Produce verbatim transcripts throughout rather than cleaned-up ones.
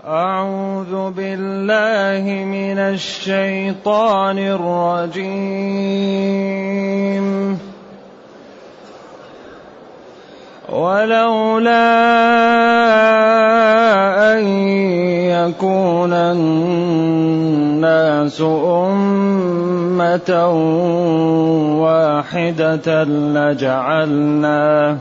أعوذ بالله من الشيطان الرجيم. ولولا أن يكون الناس أمة واحدة لجعلنا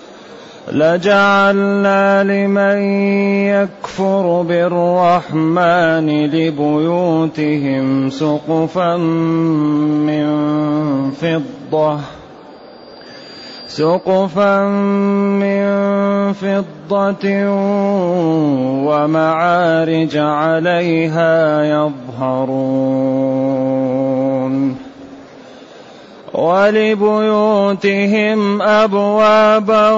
لجعلنا لمن يكفر بالرحمن لبيوتهم سقفا من فضة سقفا من فضة ومعارج عليها يظهرون ولبيوتهم أبوابا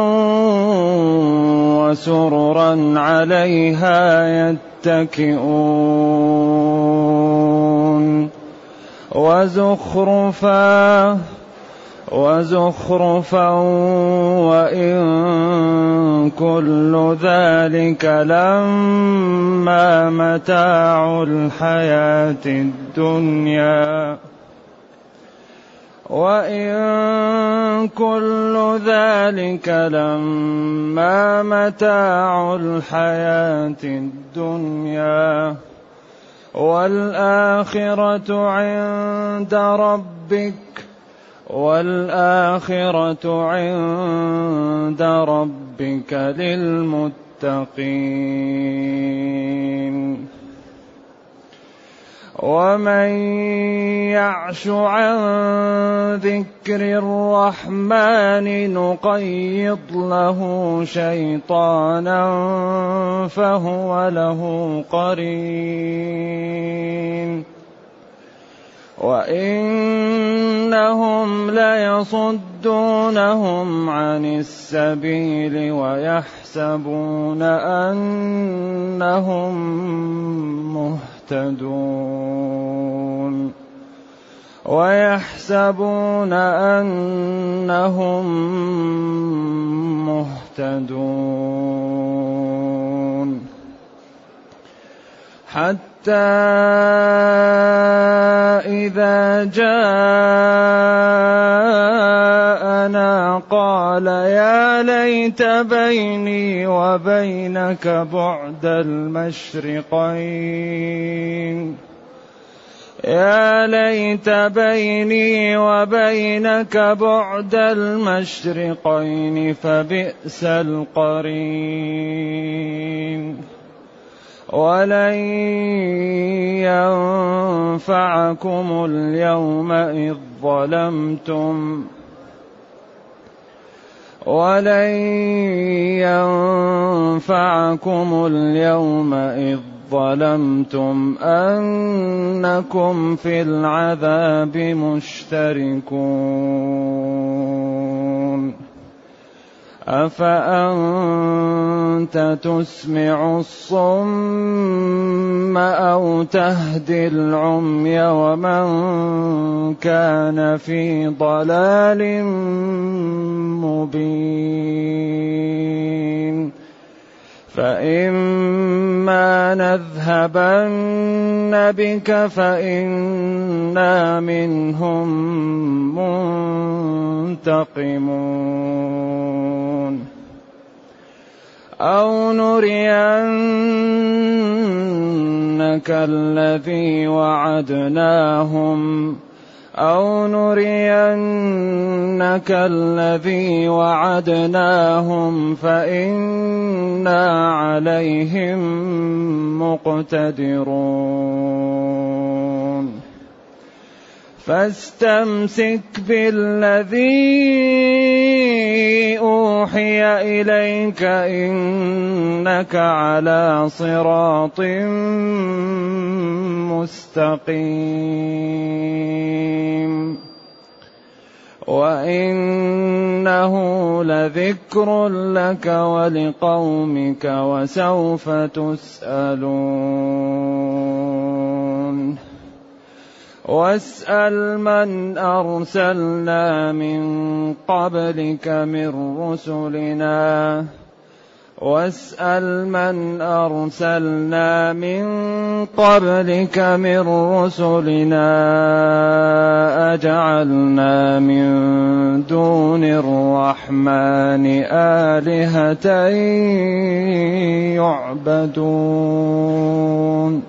وسررا عليها يتكئون وزخرفا وزخرفا وإن كل ذلك لما متاع الحياة الدنيا وإن كل ذلك لما متاع الحياة الدنيا والآخرة عند ربك والآخرة عند ربك للمتقين. ومن يعش عن ذكر الرحمن نقيض له شيطانا فهو له قرين وإنهم ليصدونهم عن السبيل ويحسبون أنهم مهتدون ويحسبون أنهم مهتدون حتى إذا جاءنا قال يا ليت بيني وبينك بعد المشرقين يا ليت بيني وبينك بعد المشرقين فبئس القرين ولن ينفعكم اليوم إذ ظلمتم ولن ينفعكم اليوم إذ ظلمتم أنكم في العذاب مشتركون أفأنت تسمع الصم أو تهدي العمي ومن كان في ضلال مبين فإما نذهبن بك فإنا منهم منتقمون أو نرينك الذي وعدناهم أو نرينك الذي وعدناهم فإنا عليهم مقتدرون فاستمسك بالذي أوحي إليك إنك على صراط مستقيم وإنه لذكر لك ولقومك وسوف تسألون واسأل من أرسلنا من قبلك من رسلنا واسأل من أرسلنا من قبلك من رسلنا أجعلنا من دون الرحمن آلهة يعبدون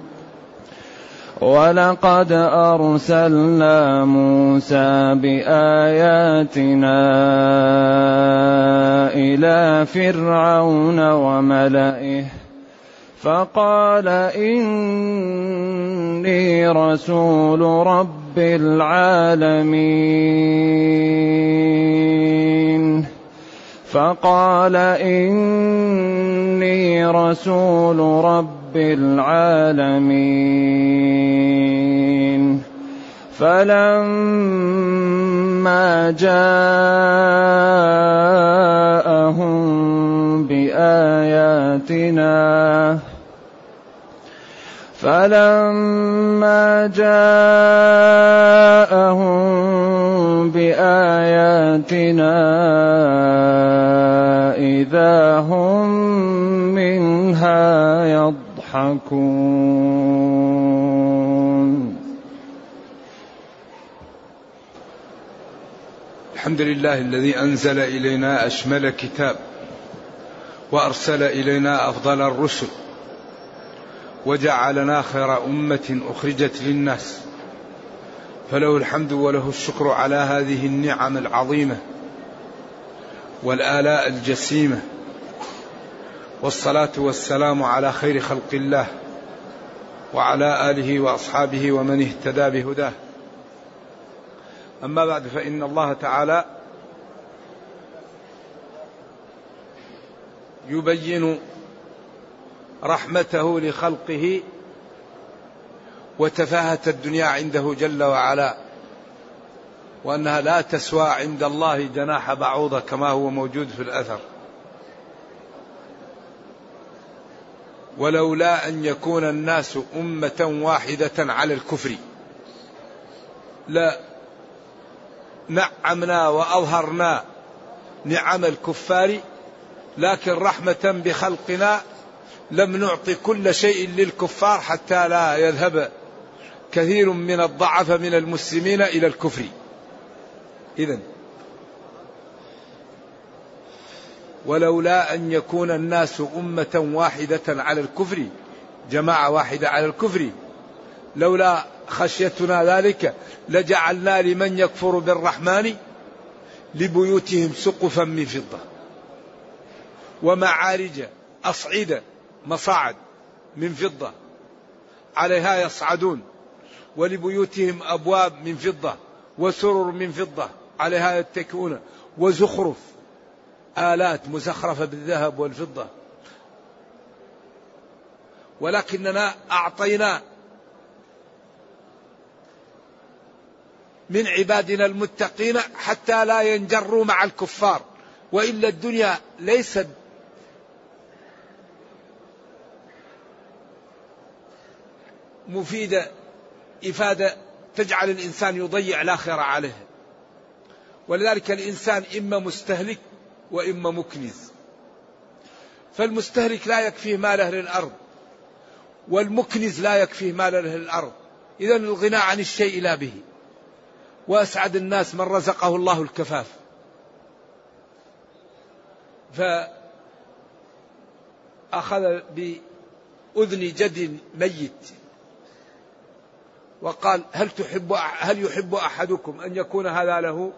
ولقد أرسلنا موسى بآياتنا إلى فرعون وملئه فقال إني رسول رب العالمين فقال إني رسول رب العالمين فلما جاءهم بآياتنا فلما جاءهم بآياتنا إذا هم منها يضحكون. الحمد لله الذي أنزل إلينا أشمل كتاب وأرسل إلينا أفضل الرسل وجعلنا خير أمة أخرجت للناس، فله الحمد وله الشكر على هذه النعم العظيمة والآلاء الجسيمة، والصلاة والسلام على خير خلق الله وعلى آله وأصحابه ومن اهتدى بهداه. أما بعد، فإن الله تعالى يبين رحمته لخلقه وتفاهة الدنيا عنده جل وعلا، وأنها لا تسوى عند الله جناح بعوضة كما هو موجود في الأثر. ولولا أن يكون الناس أمة واحدة على الكفر لا نعمنا وأظهرنا نعم الكفار، لكن رحمة بخلقنا لم نعطي كل شيء للكفار حتى لا يذهب كثير من الضعف من المسلمين إلى الكفر. إذن ولولا أن يكون الناس أمة واحدة على الكفر، جماعة واحدة على الكفر، لولا خشيتنا ذلك لجعلنا لمن يكفر بالرحمن لبيوتهم سقفا من فضة ومعارج أصعدة مصاعد من فضة عليها يصعدون، ولبيوتهم أبواب من فضة وسرر من فضة عليها يتكئون، وزخرف آلات مزخرفة بالذهب والفضة، ولكننا أعطينا من عبادنا المتقين حتى لا ينجروا مع الكفار، وإلا الدنيا ليست مفيدة إفادة تجعل الإنسان يضيع الآخرة عليه، ولذلك الإنسان إما مستهلك وإما مكنز. فالمستهلك لا يكفيه ماله للأرض، والمكنز لا يكفيه ماله للأرض. إذن الغنى عن الشيء لا به. وأسعد الناس من رزقه الله الكفاف. فأخذ بأذن جد ميت وقال هل تحب هل يحب أحدكم أن يكون هذا له؟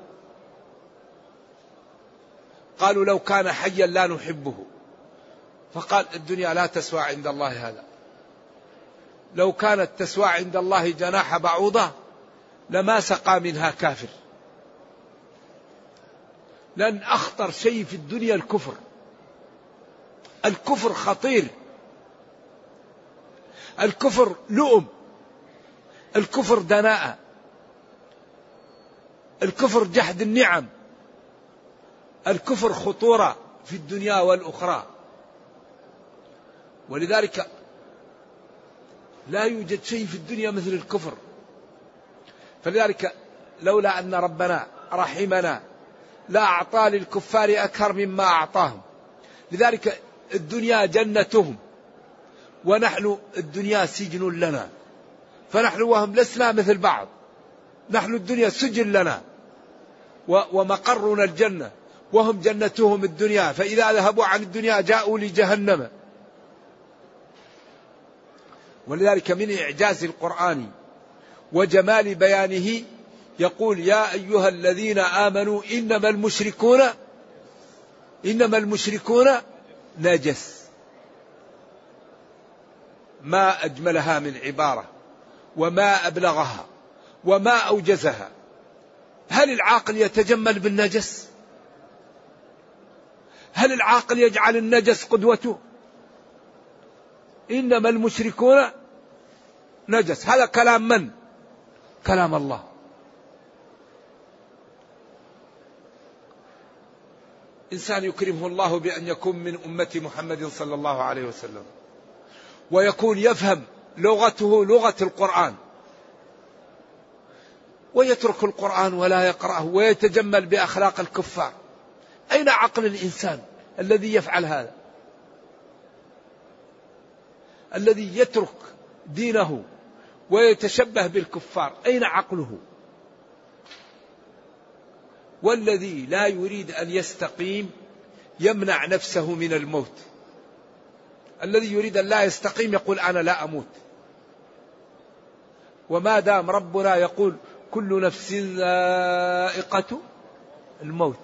قالوا لو كان حيا لا نحبه. فقال الدنيا لا تسوى عند الله هذا. لو كانت تسوى عند الله جناح بعوضة لما سقى منها كافر. لأن أخطر شيء في الدنيا الكفر. الكفر خطير. الكفر لؤم. الكفر دناءة. الكفر جحد النعم. الكفر خطورة في الدنيا والأخرى. ولذلك لا يوجد شيء في الدنيا مثل الكفر. فلذلك لولا أن ربنا رحمنا لا أعطى للكفار أكثر مما أعطاهم. لذلك الدنيا جنتهم ونحن الدنيا سجن لنا، فنحن وهم لسنا مثل بعض، نحن الدنيا سجن لنا ومقرنا الجنة، وهم جنتهم الدنيا، فإذا ذهبوا عن الدنيا جاءوا لجهنم. ولذلك من إعجاز القرآن وجمال بيانه يقول يا أيها الذين آمنوا إنما المشركون إنما المشركون نجس. ما أجملها من عبارة وما أبلغها وما أوجزها. هل العاقل يتجمل بالنجس؟ هل العاقل يجعل النجس قدوته؟ إنما المشركون نجس، هذا كلام من؟ كلام الله. إنسان يكرمه الله بأن يكون من أمة محمد صلى الله عليه وسلم، ويكون يفهم لغته لغة القرآن، ويترك القرآن ولا يقرأه ويتجمل بأخلاق الكفار. أين عقل الإنسان الذي يفعل هذا؟ الذي يترك دينه ويتشبه بالكفار، أين عقله؟ والذي لا يريد أن يستقيم يمنع نفسه من الموت. الذي يريد أن لا يستقيم يقول أنا لا أموت. وما دام ربنا يقول كل نفس ذائقة الموت،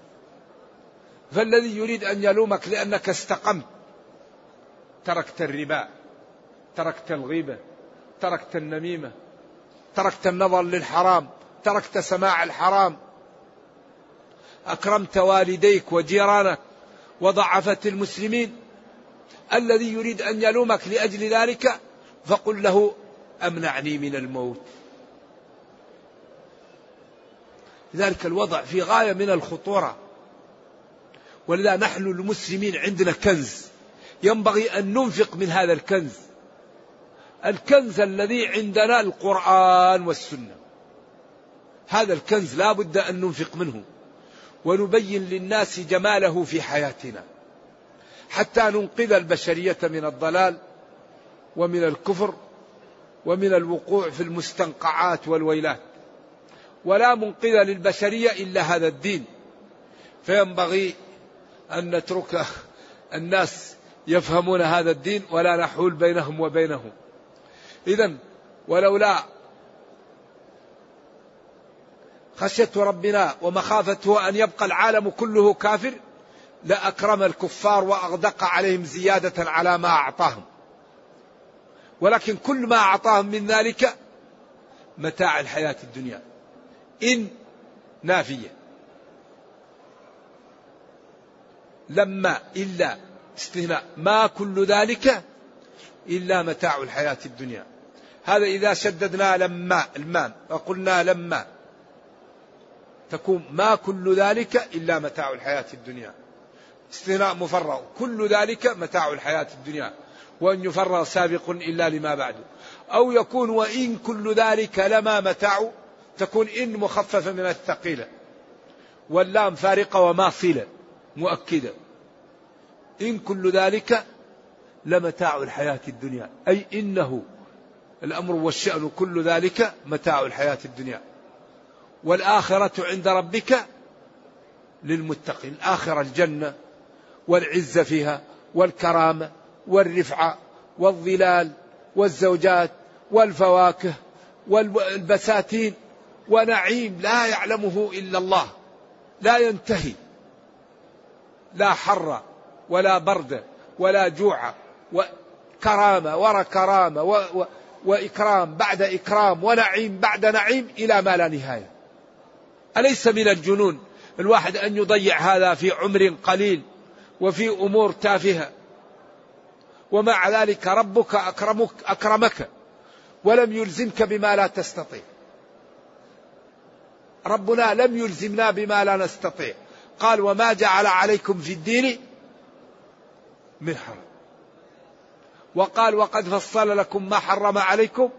فالذي يريد أن يلومك لأنك استقمت، تركت الربا، تركت الغيبة، تركت النميمة، تركت النظر للحرام، تركت سماع الحرام، أكرمت والديك وجيرانك وضعفت المسلمين، الذي يريد أن يلومك لأجل ذلك فقل له أمنعني من الموت. لذلك الوضع في غاية من الخطورة. ولذا نحن المسلمين عندنا كنز ينبغي أن ننفق من هذا الكنز. الكنز الذي عندنا القرآن والسنة، هذا الكنز لا بد أن ننفق منه ونبين للناس جماله في حياتنا حتى ننقذ البشرية من الضلال ومن الكفر ومن الوقوع في المستنقعات والويلات. ولا منقذ للبشرية إلا هذا الدين، فينبغي أن نترك الناس يفهمون هذا الدين ولا نحول بينهم وبينه. إذن ولولا خشية ربنا ومخافته أن يبقى العالم كله كافر لأكرم الكفار وأغدق عليهم زيادة على ما أعطاهم، ولكن كل ما أعطاهم من ذلك متاع الحياة الدنيا إن نافية. لما إلا استثناء، ما كل ذلك إلا متاع الحياة الدنيا. هذا إذا شددنا لما المام وقلنا لما تكون ما كل ذلك إلا متاع الحياة الدنيا. استثناء مفرغ، كل ذلك متاع الحياة الدنيا، وأن يفرغ سابق إلا لما بعده. أو يكون وإن كل ذلك لما متاع، تكون إن مخففة من الثقيلة واللام فارقة وما صلة مؤكدة. إن كل ذلك لمتاع الحياة الدنيا، أي إنه الأمر والشأن كل ذلك متاع الحياة الدنيا، والآخرة عند ربك للمتقين. الآخرة الجنة والعزة فيها والكرامة والرفعة والظلال والزوجات والفواكه والبساتين ونعيم لا يعلمه إلا الله، لا ينتهي، لا حر ولا برد ولا جوع، وكرامة ورا كرامة و و وإكرام بعد إكرام ونعيم بعد نعيم إلى ما لا نهاية. أليس من الجنون الواحد أن يضيع هذا في عمر قليل وفي أمور تافهة، ومع ذلك ربك أكرمك أكرمك ولم يلزمك بما لا تستطيع. ربنا لم يلزمنا بما لا نستطيع، قال وما جعل عليكم في الدين من حرج، وقال وقد فصل لكم ما حرم عليكم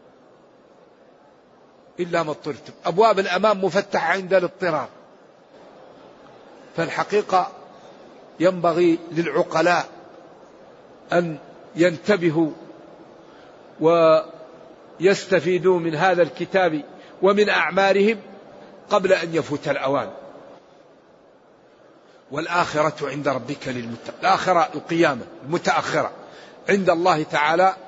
إلا ما اضطررتم. أبواب الأمام مفتحة عند الاضطرار. فالحقيقة ينبغي للعقلاء أن ينتبهوا ويستفيدوا من هذا الكتاب ومن أعمالهم قبل أن يفوت الأوان. والآخرة عند ربك للمتقين، الآخرة القيامة المتأخرة عند الله تعالى،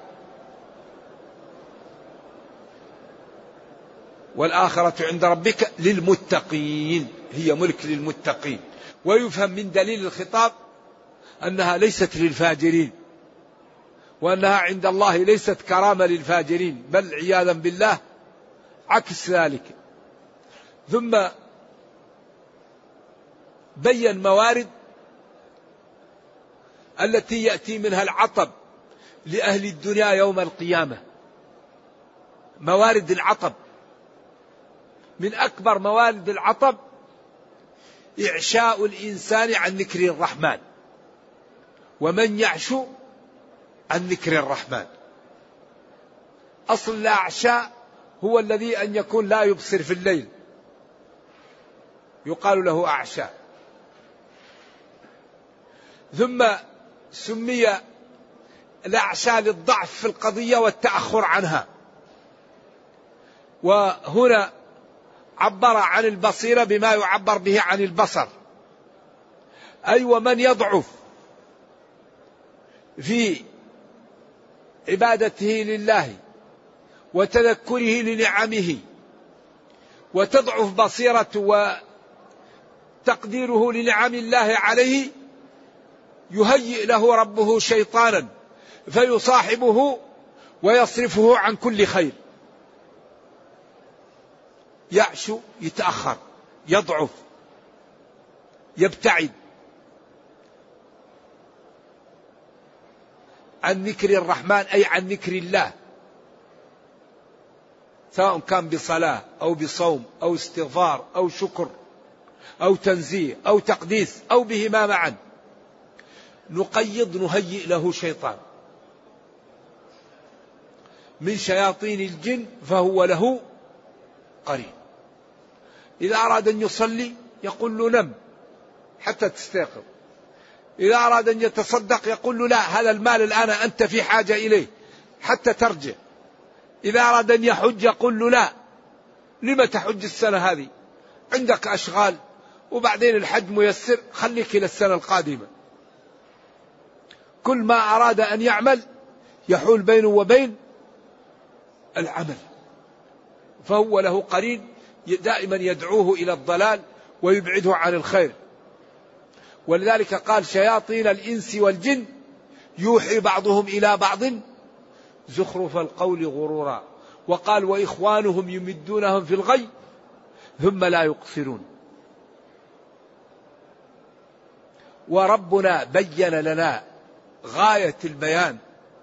والآخرة عند ربك للمتقين، هي ملك للمتقين. ويفهم من دليل الخطاب أنها ليست للفاجرين، وأنها عند الله ليست كرامة للفاجرين، بل عياذا بالله عكس ذلك. ثم بين موارد التي يأتي منها العطب لأهل الدنيا يوم القيامة. موارد العطب، من أكبر موارد العطب إعشاء الإنسان عن ذكر الرحمن، ومن يعش عن ذكر الرحمن. أصل الأعشاء هو الذي أن يكون لا يبصر في الليل، يقال له أعشاء. ثم سمي الأعشاء للضعف في القضية والتأخر عنها. وهنا عبر عن البصيرة بما يعبر به عن البصر، أي ومن يضعف في عبادته لله وتذكره لنعمه، وتضعف بصيرته وتقديره لنعم الله عليه، يهيئ له ربه شيطانا فيصاحبه ويصرفه عن كل خير. يعشو، يتأخر، يضعف، يبتعد عن ذكر الرحمن، أي عن ذكر الله، سواء كان بصلاة أو بصوم أو استغفار أو شكر أو تنزيه أو تقديس أو بهما معا. نقيض نهيئ له شيطان من شياطين الجن فهو له قرين. إذا أراد أن يصلي يقول له نم حتى تستيقظ. إذا أراد أن يتصدق يقول له لا، هذا المال الآن أنت في حاجة إليه حتى ترجع. إذا أراد أن يحج يقول له لا، لما تحج السنة هذه؟ عندك أشغال، وبعدين الحج ميسر، خليك إلى السنة القادمة. كل ما أراد أن يعمل يحول بينه وبين العمل، فهو له قرين دائما يدعوه إلى الضلال ويبعده عن الخير. ولذلك قال شياطين الإنس والجن يوحي بعضهم إلى بعض زخرف القول غرورا. وقال وإخوانهم يمدونهم في الغي ثم لا يقصرون. وربنا بين لنا غاية البيان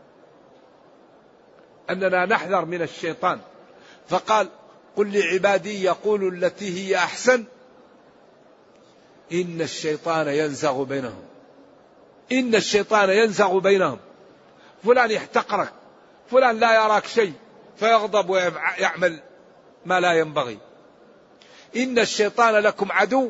أننا نحذر من الشيطان، فقال قل لعبادي يقولوا التي هي أحسن إن الشيطان ينزغ بينهم. إن الشيطان ينزغ بينهم. فلان يحتقرك، فلان لا يراك شيء فيغضب ويعمل ما لا ينبغي. إن الشيطان لكم عدو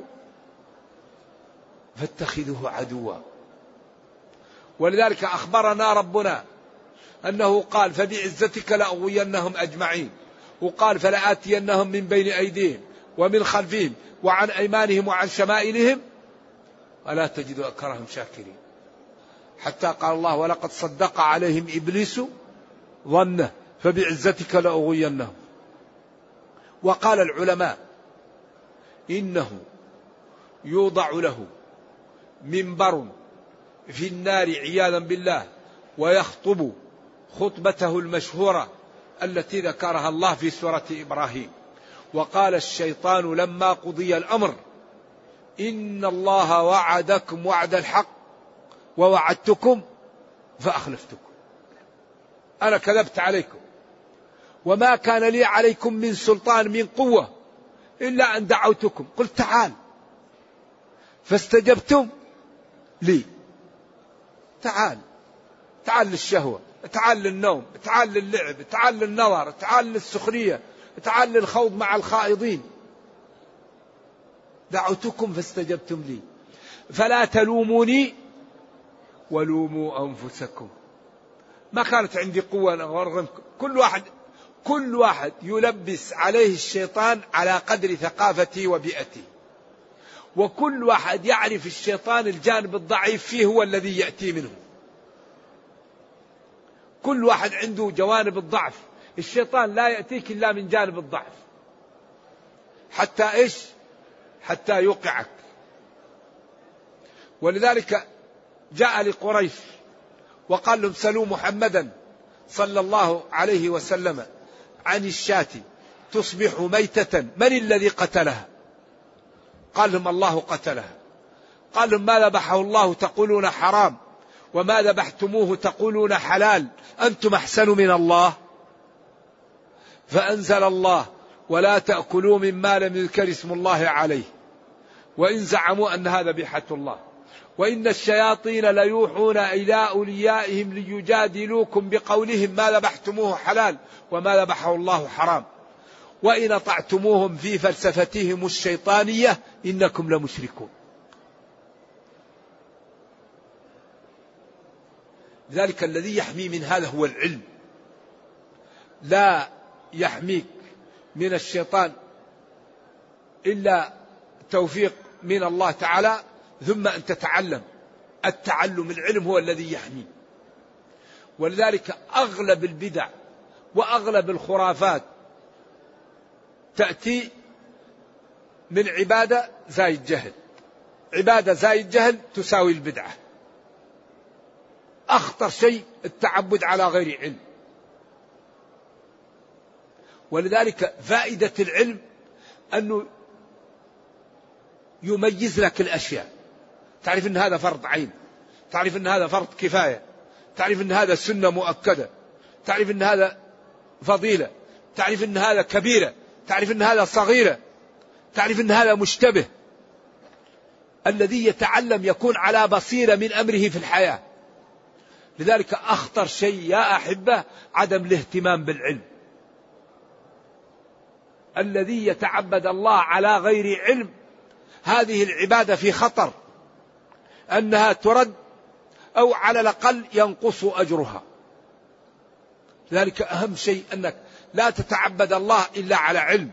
فاتخذوه عدوا. ولذلك أخبرنا ربنا أنه قال فبعزتك لأغوينهم أجمعين، وقال فلآتينهم من بين أيديهم ومن خلفهم وعن أيمانهم وعن شمائلهم ولا تجد أكثرهم شاكرين. حتى قال الله ولقد صدق عليهم إبليس ظنه فبعزتك لأغوينهم. وقال العلماء إنه يوضع له منبر في النار عياذا بالله ويخطب خطبته المشهورة التي ذكرها الله في سورة إبراهيم. وقال الشيطان لما قضي الأمر إن الله وعدكم وعد الحق ووعدتكم فأخلفتكم، أنا كذبت عليكم وما كان لي عليكم من سلطان من قوة إلا أن دعوتكم قلت تعال فاستجبتم لي. تعال، تعال للشهوة، تعال للنوم، تعال للعب، تعال للنظر، تعال للسخرية، تعال للخوض مع الخائضين. دعوتكم فاستجبتم لي فلا تلوموني ولوموا أنفسكم ما كانت عندي قوة أغرمكم. كل واحد كل واحد يلبس عليه الشيطان على قدر ثقافته وبيئته، وكل واحد يعرف الشيطان الجانب الضعيف فيه هو الذي يأتي منه. كل واحد عنده جوانب الضعف، الشيطان لا يأتيك إلا من جانب الضعف حتى إيش؟ حتى يوقعك. ولذلك جاء لقريش وقال لهم سلوا محمدا صلى الله عليه وسلم عن الشاة تصبح ميتة من الذي قتلها؟ قال لهم الله قتلها. قال لهم ما ذبحه الله تقولون حرام، وما ذبحتموه تقولون حلال، أنتم أحسن من الله؟ فأنزل الله ولا تأكلوا مما لم يذكر اسم الله عليه وإن زعموا أنها ذبيحة الله وإن الشياطين ليوحون إلى أوليائهم ليجادلوكم بقولهم ما ذبحتموه حلال وما ذبحه الله حرام وإن أطعتموهم في فلسفتهم الشيطانية إنكم لمشركون. ذلك الذي يحمي من هذا هو العلم، لا يحميك من الشيطان إلا توفيق من الله تعالى، ثم أن تتعلم. التعلم العلم هو الذي يحمي. ولذلك أغلب البدع وأغلب الخرافات تأتي من عبادة زايد جهل. عبادة زايد جهل تساوي البدعة. أخطر شيء التعبد على غير علم. ولذلك فائدة العلم أنه يميز لك الأشياء، تعرف أن هذا فرض عين، تعرف أن هذا فرض كفاية، تعرف أن هذا سنة مؤكدة، تعرف أن هذا فضيلة، تعرف أن هذا كبيرة، تعرف أن هذا صغيرة، تعرف أن هذا مشتبه. الذي يتعلم يكون على بصيرة من أمره في الحياة. لذلك أخطر شيء يا أحبة عدم الاهتمام بالعلم. الذي يتعبد الله على غير علم هذه العبادة في خطر أنها ترد أو على الأقل ينقص أجرها. لذلك أهم شيء أنك لا تتعبد الله إلا على علم.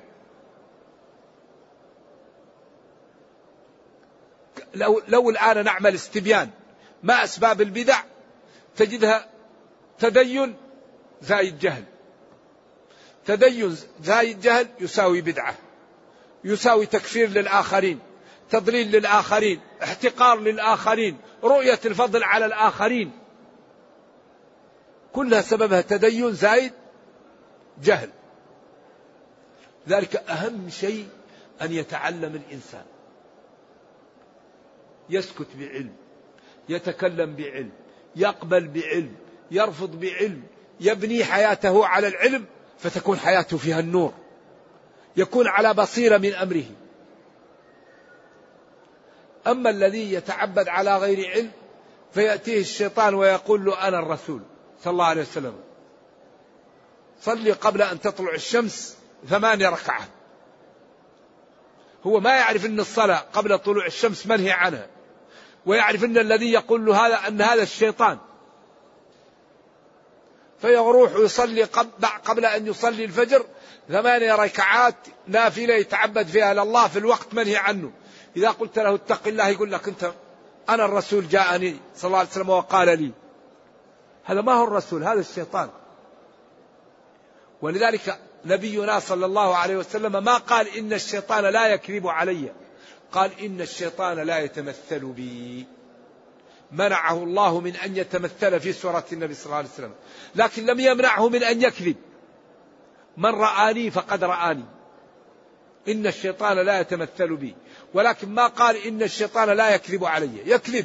لو, لو الآن نعمل استبيان ما أسباب البدع تجدها تدين زايد جهل. تدين زايد جهل يساوي بدعة، يساوي تكفير للآخرين، تضليل للآخرين، احتقار للآخرين، رؤية الفضل على الآخرين، كلها سببها تدين زايد جهل. ذلك أهم شيء أن يتعلم الإنسان، يسكت بعلم، يتكلم بعلم، يقبل بعلم، يرفض بعلم، يبني حياته على العلم فتكون حياته فيها النور، يكون على بصيرة من أمره. أما الذي يتعبد على غير علم فيأتيه الشيطان ويقول له أنا الرسول صلى الله عليه وسلم صلي قبل أن تطلع الشمس ثمانية ركعات. هو ما يعرف أن الصلاة قبل طلوع الشمس منهي عنها، ويعرف أن الذي يقول له هذا أن هذا الشيطان، فيروح ويصلي قبل أن يصلي الفجر ثمانية ركعات نافلة يتعبد فيها لله في الوقت منهي عنه. إذا قلت له اتق الله يقول لك أنت أنا الرسول جاءني صلى الله عليه وسلم وقال لي. هذا ما هو الرسول، هذا الشيطان. ولذلك نبينا صلى الله عليه وسلم ما قال إن الشيطان لا يكذب علي، قال إن الشيطان لا يتمثل بي. منعه الله من أن يتمثل في سورة النبي صلى الله عليه وسلم، لكن لم يمنعه من أن يكذب. من رآني فقد رآني. إن الشيطان لا يتمثل بي، ولكن ما قال إن الشيطان لا يكذب علي، يكذب.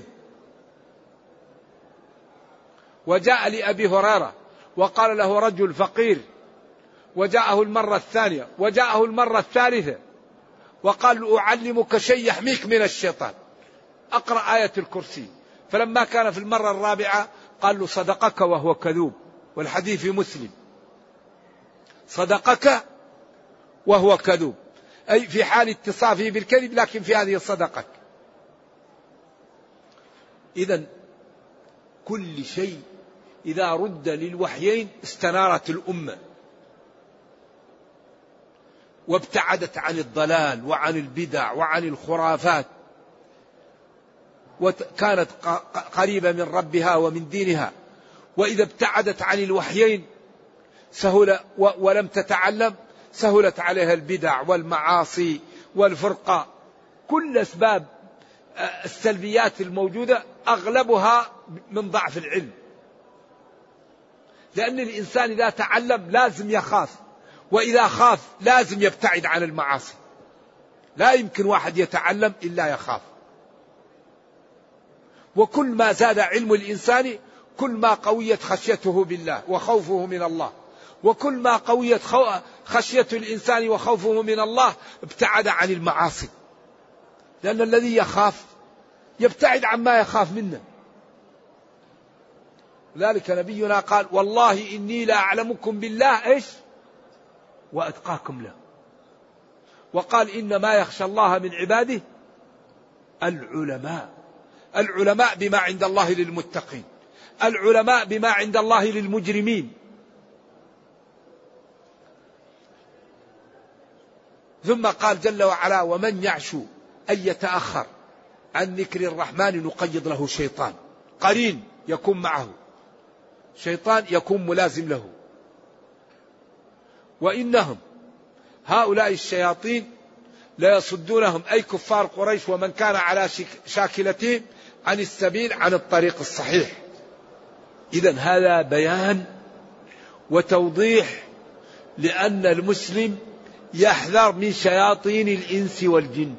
وجاء لأبي هريرة وقال له رجل فقير، وجاءه المرة الثانية وجاءه المرة الثالثة وقال أعلمك شيء يحميك من الشيطان، أقرأ آية الكرسي. فلما كان في المرة الرابعة قال له صدقك وهو كذوب، والحديث في مسلم. صدقك وهو كذوب، أي في حال اتصافه بالكذب، لكن في هذه صدقك. إذن كل شيء إذا رد للوحيين استنارت الأمة وابتعدت عن الضلال وعن البدع وعن الخرافات، وكانت قريبة من ربها ومن دينها. وإذا ابتعدت عن الوحيين سهل ولم تتعلم سهلت عليها البدع والمعاصي والفرقة. كل أسباب السلبيات الموجودة أغلبها من ضعف العلم، لأن الإنسان إذا تعلم لازم يخاف، وإذا خاف لازم يبتعد عن المعاصي. لا يمكن واحد يتعلم إلا يخاف. وكل ما زاد علم الإنسان كل ما قويت خشيته بالله وخوفه من الله، وكل ما قويت خشية الإنسان وخوفه من الله ابتعد عن المعاصي، لأن الذي يخاف يبتعد عما يخاف منه. ذلك نبينا قال والله إني لا أعلمكم بالله إيش وأتقاكم له. وقال إنما يخشى الله من عباده العلماء. العلماء بما عند الله للمتقين، العلماء بما عند الله للمجرمين. ثم قال جل وعلا ومن يعش أن يتأخر عن ذكر الرحمن نقيض له شيطان، قرين يكون معه، شيطان يكون ملازم له. وإنهم هؤلاء الشياطين لا يصدونهم أي كفار قريش ومن كان على شاكلتهم عن السبيل عن الطريق الصحيح. إذن هذا بيان وتوضيح لأن المسلم يحذر من شياطين الإنس والجن،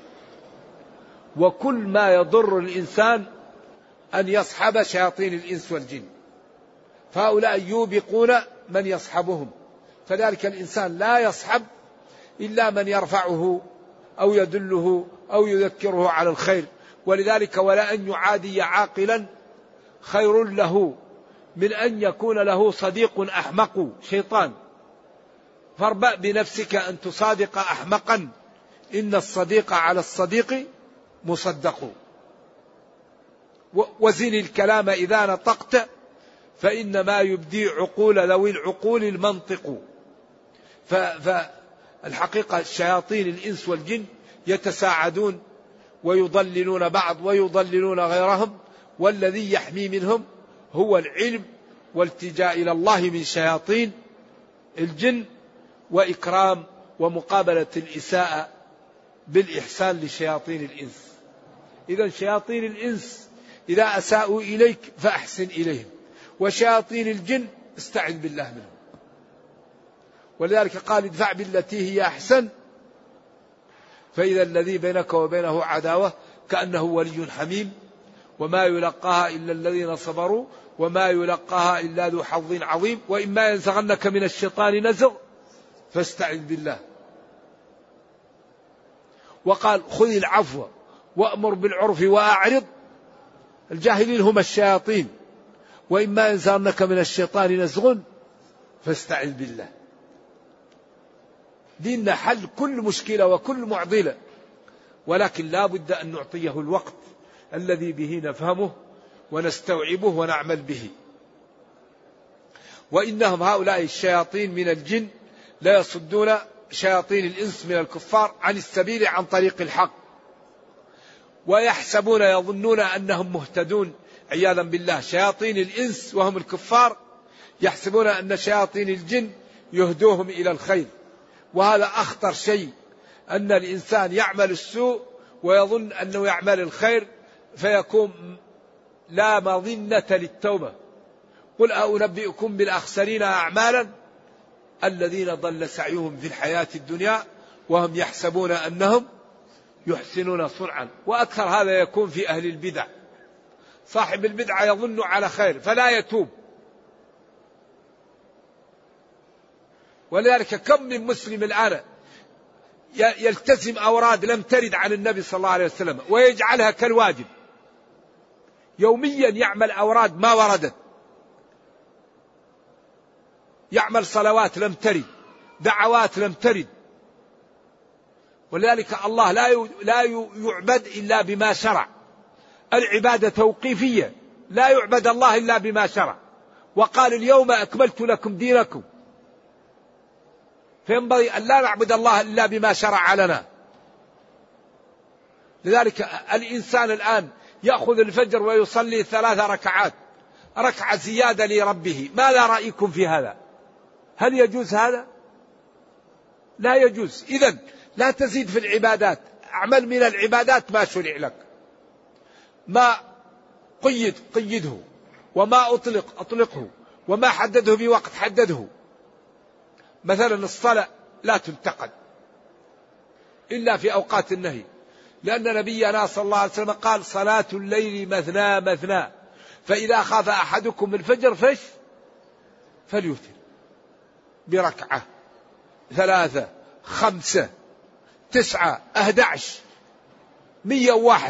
وكل ما يضر الإنسان أن يصحب شياطين الإنس والجن، فهؤلاء يوبقون من يصحبهم. فذلك الإنسان لا يصحب إلا من يرفعه أو يدله أو يذكره على الخير. ولذلك ولا أن يعادي عاقلا خير له من أن يكون له صديق أحمق شيطان. فاربأ بنفسك أن تصادق أحمقا إن الصديق على الصديق مصدق. وزن الكلام إذا نطقت فإنما يبدي عقول ذوي العقول المنطق. فالحقيقة الشياطين الإنس والجن يتساعدون ويضللون بعض ويضللون غيرهم، والذي يحمي منهم هو العلم والتجاء إلى الله من شياطين الجن، وإكرام ومقابلة الإساءة بالإحسان لشياطين الإنس. إذا شياطين الإنس إذا أساءوا إليك فأحسن إليهم، وشياطين الجن استعذ بالله منهم. ولذلك قال ادفع بالتي هي أحسن فإذا الذي بينك وبينه عداوة كأنه ولي حميم وما يلقاها إلا الذين صبروا وما يلقاها إلا ذو حظ عظيم وإما ينزغنك من الشيطان نزغ فاستعذ بالله. وقال خذ العفو وأمر بالعرف وأعرض. الجاهلين هم الشياطين. وإما ينزغنك من الشيطان نزغ فاستعذ بالله. ديننا حل كل مشكلة وكل معضلة، ولكن لا بد أن نعطيه الوقت الذي به نفهمه ونستوعبه ونعمل به. وإنهم هؤلاء الشياطين من الجن لا يصدون شياطين الإنس من الكفار عن السبيل عن طريق الحق، ويحسبون يظنون أنهم مهتدون عياذا بالله. شياطين الإنس وهم الكفار يحسبون أن شياطين الجن يهدوهم إلى الخير، وهذا أخطر شيء، أن الإنسان يعمل السوء ويظن أنه يعمل الخير فيكون لا مظنة للتوبة. قل أنبئكم بالأخسرين أعمالا الذين ضل سعيهم في الحياة الدنيا وهم يحسبون أنهم يحسنون صنعا. وأكثر هذا يكون في أهل البدع. صاحب البدعة يظن على خير فلا يتوب. ولذلك كم من مسلم الآن يلتزم أوراد لم ترد عن النبي صلى الله عليه وسلم ويجعلها كالواجب، يوميا يعمل أوراد ما وردت، يعمل صلوات لم ترد، دعوات لم ترد. ولذلك الله لا لا يعبد إلا بما شرع. العبادة توقيفية، لا يعبد الله إلا بما شرع، وقال اليوم أكملت لكم دينكم، فينبغي أن لا نعبد الله إلا بما شرع لنا. لذلك الإنسان الآن يأخذ الفجر ويصلي ثلاث ركعات، ركعة زيادة لربه، ماذا رأيكم في هذا؟ هل يجوز هذا؟ لا يجوز. إذن لا تزيد في العبادات، أعمل من العبادات ما شرع لك، ما قيد قيده، وما أطلق أطلقه، وما حدده بوقت حدده. مثلا الصلاة لا تنتقل إلا في أوقات النهي، لأن نبينا صلى الله عليه وسلم قال صلاة الليل مثنى مثنى، فإذا خاف أحدكم الفجر فش فليوتر بركعة، ثلاثة، خمسة، تسعة، أهدعش، مية وواحد.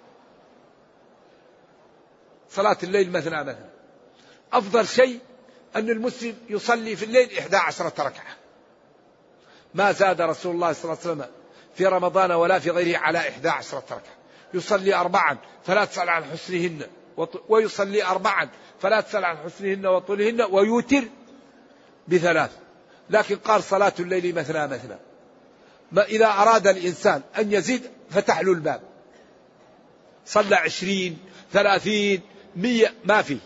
صلاة الليل مثنى مثنى. أفضل شيء أن المسلم يصلي في الليل إحدى عشرة ركعة، ما زاد رسول الله صلى الله عليه وسلم في رمضان ولا في غيره على إحدى عشرة ركعة. يصلي أربعا فلا تسأل عن حسنهن، ويصلي أربعا فلا تسأل عن حسنهن وطولهن، ويوتر بثلاث. لكن قال صلاة الليل مثنى مثنى. ما إذا أراد الإنسان أن يزيد فتح له الباب، صلى عشرين ثلاثين مية ما فيه،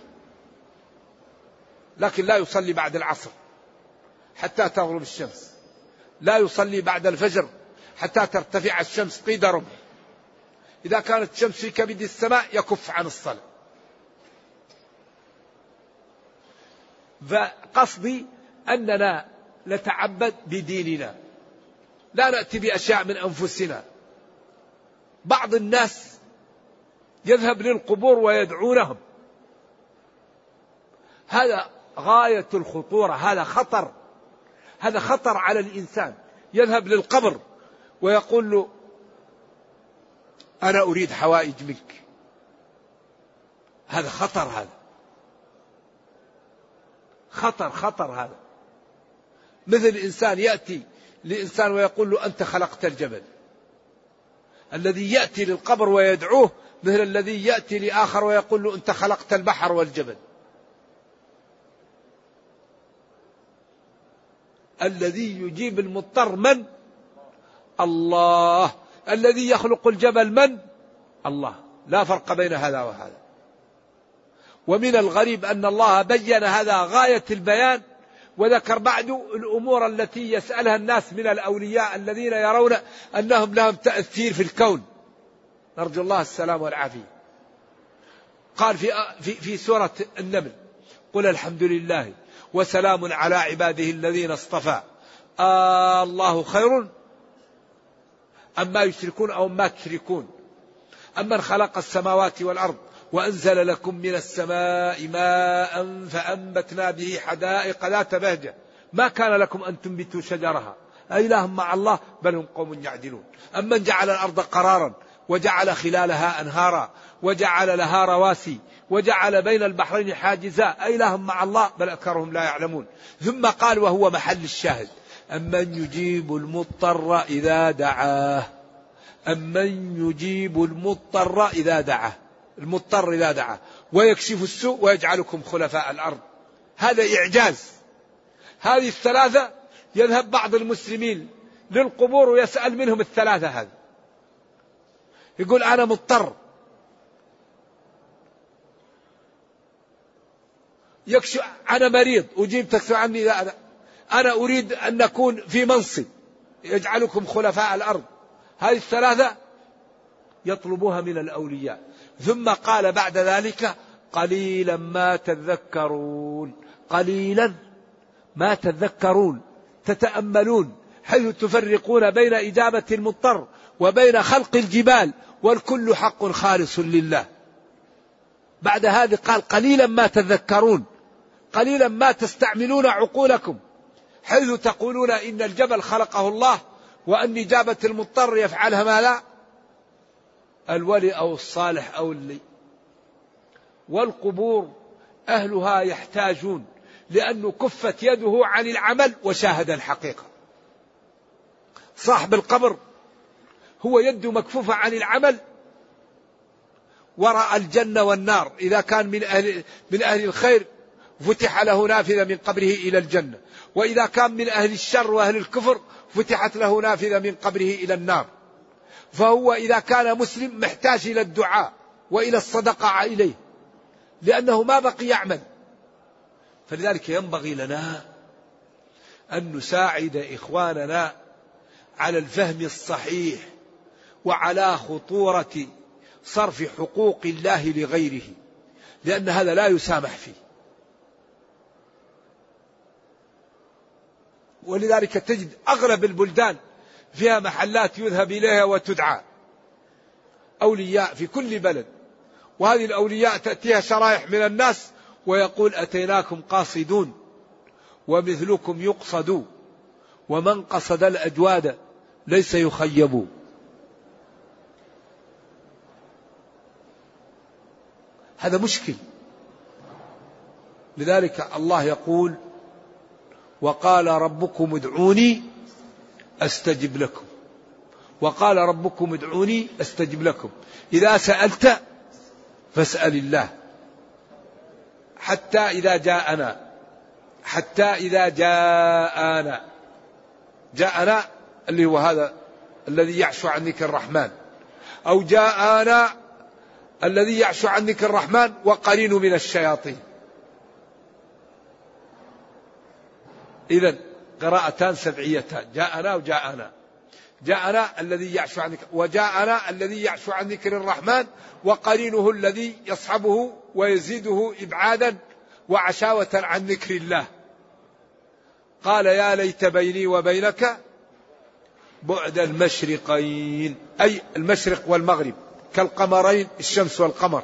لكن لا يصلي بعد العصر حتى تغرب الشمس، لا يصلي بعد الفجر حتى ترتفع الشمس قيد ربع. إذا كانت الشمس في كبد السماء يكف عن الصلاة. فقصدي أننا نتعبد بديننا، لا نأتي بأشياء من أنفسنا. بعض الناس يذهب للقبور ويدعونهم، هذا غاية الخطورة، هذا خطر، هذا خطر على الإنسان. يذهب للقبر ويقول له أنا أريد حوائج منك، هذا خطر، هذا خطر خطر هذا. مثل إنسان يأتي لإنسان ويقول له أنت خلقت الجبل. الذي يأتي للقبر ويدعوه مثل الذي يأتي لآخر ويقول له أنت خلقت البحر والجبل. الذي يجيب المضطر من؟ الله. الذي يخلق الجبل من؟ الله. لا فرق بين هذا وهذا. ومن الغريب أن الله بين هذا غاية البيان، وذكر بعد الأمور التي يسألها الناس من الأولياء الذين يرون أنهم لهم تأثير في الكون، نرجو الله السلام والعافية. قال في في في سورة النمل قل الحمد لله وسلام على عباده الذين اصطفى آه الله خير أما يشركون أو ما تشركون أمن خلق السماوات والأرض وأنزل لكم من السماء ماء فأنبتنا به حدائق ذات بهجة ما كان لكم أن تنبتوا شجرها أإله مع الله بل هم قوم يعدلون. أمن جعل الأرض قرارا وجعل خلالها أنهارا وجعل لها رواسي وجعل بين البحرين حاجزا أإله مع الله بل أكثرهم لا يعلمون. ثم قال وهو محل الشاهد أمن يجيب المضطر إذا دعاه أمن يجيب المضطر إذا دعاه المضطر إذا دعاه ويكشف السوء ويجعلكم خلفاء الأرض. هذا إعجاز. هذه الثلاثة يذهب بعض المسلمين للقبور ويسأل منهم الثلاثة هذه، يقول أنا مضطر، يكشف أنا مريض أجيب تكشف عني لا أنا. أنا أريد أن نكون في منصب يجعلكم خلفاء الأرض. هذه الثلاثة يطلبوها من الأولياء. ثم قال بعد ذلك قليلا ما تذكرون قليلا ما تذكرون تتأملون حيث تفرقون بين إجابة المضطر وبين خلق الجبال والكل حق خالص لله. بعد هذا قال قليلا ما تذكرون قليلا ما تستعملون عقولكم حيث تقولون إن الجبل خلقه الله وأن إجابة المضطر يفعلها ما لا الولي أو الصالح أو اللي. والقبور أهلها يحتاجون لأنه كفت يده عن العمل وشاهد الحقيقة. صاحب القبر هو يده مكفوفة عن العمل ورأى الجنة والنار، إذا كان من أهل, من أهل الخير فتح له نافذة من قبره إلى الجنة، وإذا كان من أهل الشر وأهل الكفر فتحت له نافذة من قبره إلى النار. فهو إذا كان مسلم محتاج إلى الدعاء وإلى الصدقة إليه، لأنه ما بقي يعمل. فلذلك ينبغي لنا أن نساعد إخواننا على الفهم الصحيح وعلى خطورة صرف حقوق الله لغيره، لأن هذا لا يسامح فيه. ولذلك تجد أغلب البلدان فيها محلات يذهب إليها وتدعى أولياء في كل بلد، وهذه الأولياء تأتيها شرائح من الناس ويقول أتيناكم قاصدون ومثلكم يقصد، ومن قصد الأجواد ليس يخيب. هذا مشكل. لذلك الله يقول وقال ربكم ادعوني أستجب لكم، وقال ربكم ادعوني أستجب لكم. إذا سألت فاسأل الله حتى إذا جاءنا، حتى إذا جاءنا، جاءنا اللي هو هذا الذي يعشو عن ذكر الرحمن، أو جاءنا الذي يعشو عن ذكر الرحمن وقرين من الشياطين. إذن قراءتان سبعيتان، جاءنا وجاءنا. جاءنا الذي يعشو عن ذكر، وجاءنا الذي يعشو عن ذكر الرحمن وقرينه الذي يصحبه ويزيده إبعادا وعشاوة عن ذكر الله. قال يا ليت بيني وبينك بعد المشرقين، أي المشرق والمغرب كالقمرين الشمس والقمر.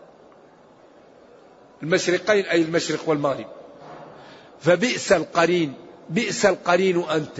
المشرقين أي المشرق والمغرب. فبئس القرين، بئس القرين أنت.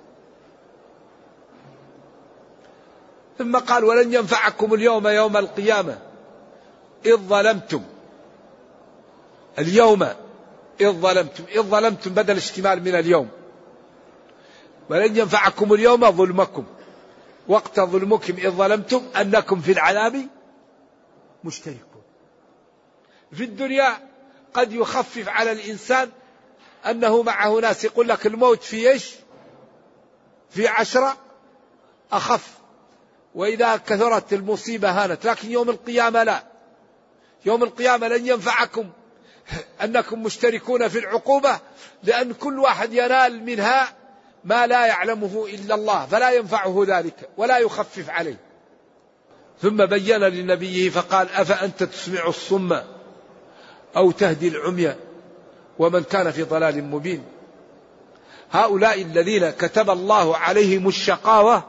ثم قال ولن ينفعكم اليوم يوم القيامة إذ ظلمتم. اليوم إذ ظلمتم، إذ ظلمتم بدل اشتمال من اليوم. ولن ينفعكم اليوم ظلمكم وقت ظلمكم إذ ظلمتم أنكم في العذاب مشتركون. في الدنيا قد يخفف على الإنسان أنه معه ناس يقول لك الموت في إيش؟ في عشرة أخف، وإذا كثرت المصيبة هانت. لكن يوم القيامة لا، يوم القيامة لن ينفعكم أنكم مشتركون في العقوبة، لأن كل واحد ينال منها ما لا يعلمه إلا الله، فلا ينفعه ذلك ولا يخفف عليه. ثم بين لنبيه فقال أفأنت تسمع الصم أو تهدي العمي ومن كان في ضلال مبين. هؤلاء الذين كتب الله عليهم الشقاوة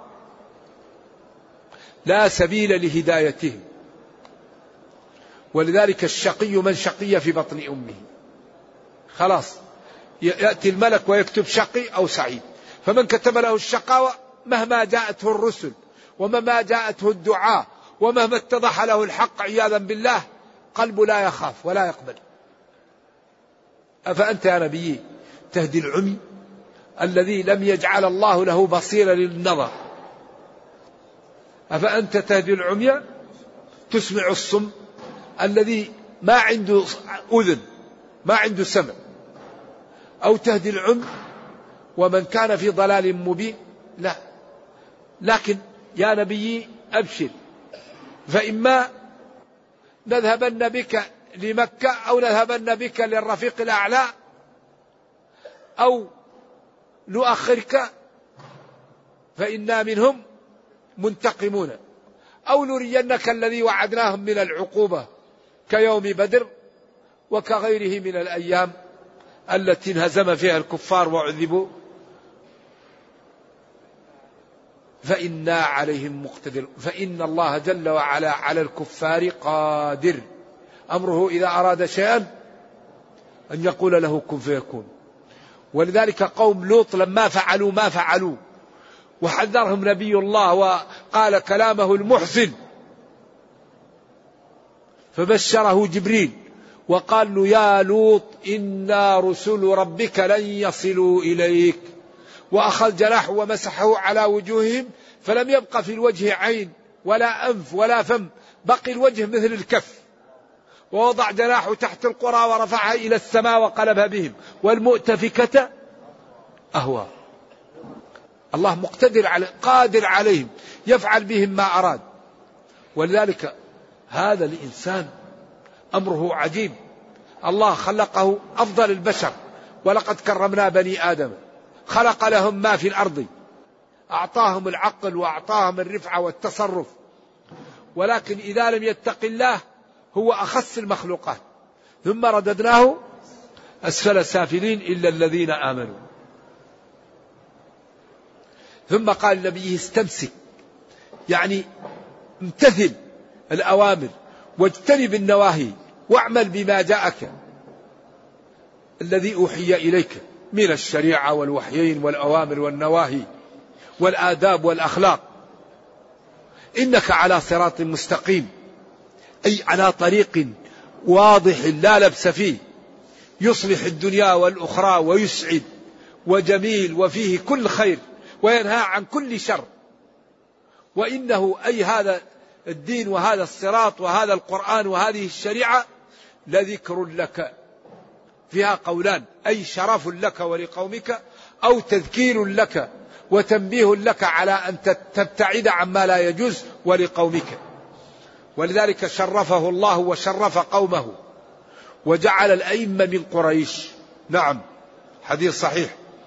لا سبيل لهدايتهم، ولذلك الشقي من شقي في بطن أمه. خلاص يأتي الملك ويكتب شقي أو سعيد. فمن كتب له الشقاوة مهما جاءته الرسل ومهما جاءته الدعاء ومهما اتضح له الحق عياذا بالله قلبه لا يخاف ولا يقبل. أفأنت يا نبي تهدي العمي الذي لم يجعل الله له بصيرة للنظر؟ أفأنت تهدي العمي تسمع الصم الذي ما عنده أذن ما عنده سمع؟ أو تهدي العمي ومن كان في ضلال مبين؟ لا. لكن يا نبي أبشر، فإما نذهبن بك لمكة أو نذهبن بك للرفيق الأعلى أو نؤخرك فإنا منهم منتقمون، أو نرينك الذي وعدناهم من العقوبة كيوم بدر وكغيره من الأيام التي انهزم فيها الكفار وعذبوا فإنا عليهم مقتدر. فإن الله جل وعلا على الكفار قادر، أمره إذا أراد شيئا أن يقول له كن فيكون. ولذلك قوم لوط لما فعلوا ما فعلوا وحذرهم نبي الله وقال كلامه المحسن فبشره جبريل وقال له يا لوط إنا رسل ربك لن يصلوا إليك، وأخذ جناحه ومسحه على وجوههم فلم يبق في الوجه عين ولا أنف ولا فم بقي الوجه مثل الكف، ووضع جناحه تحت القرى ورفعها إلى السماء وقلبها بهم، والمؤتفكة أهوى. الله مقتدر على قادر عليهم، يفعل بهم ما أراد. ولذلك هذا الإنسان أمره عجيب. الله خلقه أفضل البشر، ولقد كرمنا بني آدم، خلق لهم ما في الأرض، أعطاهم العقل وأعطاهم الرفعة والتصرف، ولكن إذا لم يتق الله هو أخس المخلوقات. ثم رددناه أسفل سافلين إلا الذين آمنوا. ثم قال النبي استمسك، يعني امتثل الأوامر واجتنب النواهي واعمل بما جاءك الذي أوحي إليك من الشريعة والوحيين والأوامر والنواهي والآداب والأخلاق، إنك على صراط مستقيم، أي على طريق واضح لا لبس فيه، يصلح الدنيا والأخرى ويسعد وجميل وفيه كل خير وينهى عن كل شر. وإنه أي هذا الدين وهذا الصراط وهذا القرآن وهذه الشريعة لذكر لك، فيها قولان، أي شرف لك ولقومك، أو تذكير لك وتنبيه لك على أن تبتعد عما لا يجوز ولقومك. ولذلك شرفه الله وشرف قومه وجعل الأئمة من قريش. نعم، حديث صحيح.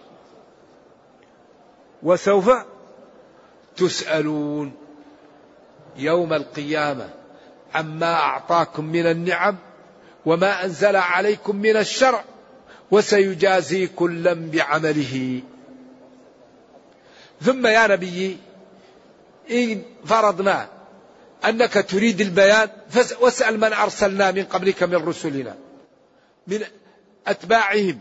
وسوف تسألون يوم القيامة عما أعطاكم من النعم وما أنزل عليكم من الشرع وسيجازي كلا بعمله. ثم يا نبي إن فرضنا أنك تريد البيان واسأل من أرسلنا من قبلك من رسلنا من أتباعهم،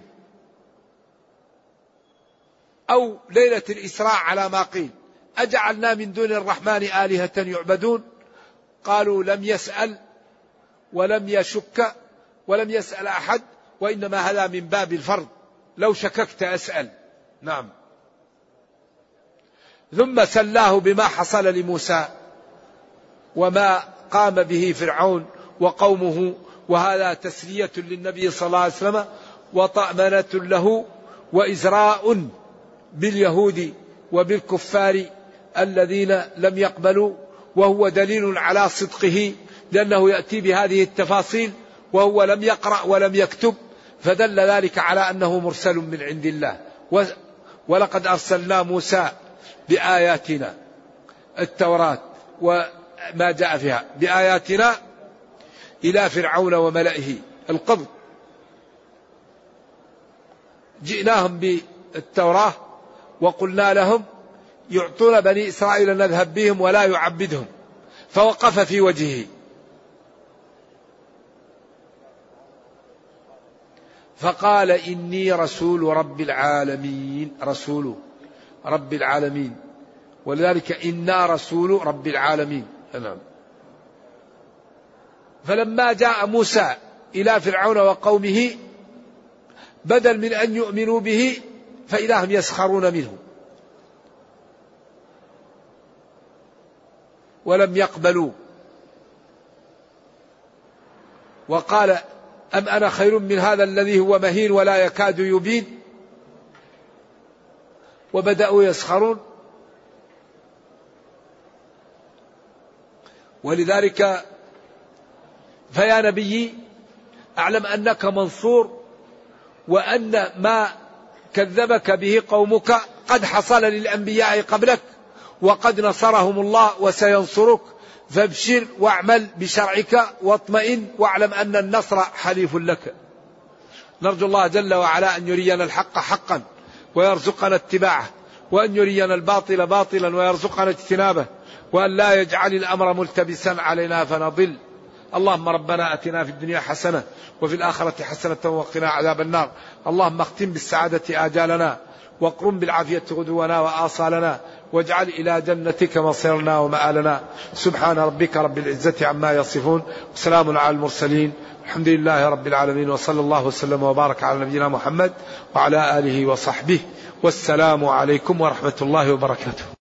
أو ليلة الإسراء على ما قيل أجعلنا من دون الرحمن آلهة يعبدون، قالوا لم يسأل ولم يشك ولم يسأل أحد، وإنما هذا من باب الفرض، لو شككت أسأل. نعم. ثم سلاه بما حصل لموسى وما قام به فرعون وقومه، وهذا تسلية للنبي صلى الله عليه وسلم وطأمنة له وإزراء باليهود وبالكفار الذين لم يقبلوا، وهو دليل على صدقه لأنه يأتي بهذه التفاصيل وهو لم يقرأ ولم يكتب، فدل ذلك على أنه مرسل من عند الله. ولقد أرسلنا موسى بآياتنا التوراة وما جاء فيها بآياتنا إلى فرعون وملئه القبط، جئناهم بالتوراة وقلنا لهم يعطون بني إسرائيل نذهب بهم ولا يعبدهم، فوقف في وجهه فقال إني رسول رب العالمين، رسول رب العالمين، ولذلك إنا رسول رب العالمين. نعم. فلما جاء موسى إلى فرعون وقومه بدل من أن يؤمنوا به فإذا هم يسخرون منه ولم يقبلوا، وقال أم أنا خير من هذا الذي هو مهين ولا يكاد يبين، وبدأوا يسخرون. ولذلك فيا نبي أعلم أنك منصور، وأن ما كذبك به قومك قد حصل للأنبياء قبلك وقد نصرهم الله وسينصرك، فابشر واعمل بشرعك واطمئن واعلم أن النصر حليف لك. نرجو الله جل وعلا أن يرينا الحق حقا ويرزقنا اتباعه، وأن يرينا الباطل باطلا ويرزقنا اجتنابه، وأن لا يجعل الأمر ملتبسا علينا فنضل. اللهم ربنا أتنا في الدنيا حسنة وفي الآخرة حسنة وقنا عذاب النار. اللهم اختم بالسعادة آجالنا واقرم بالعافية غدونا وآصالنا، واجعل إلى جنتك مصيرنا ومآلنا. سبحان ربك رب العزة عما يصفون، وسلام على المرسلين، الحمد لله رب العالمين، وصلى الله وسلم وبارك على نبينا محمد وعلى آله وصحبه، والسلام عليكم ورحمة الله وبركاته.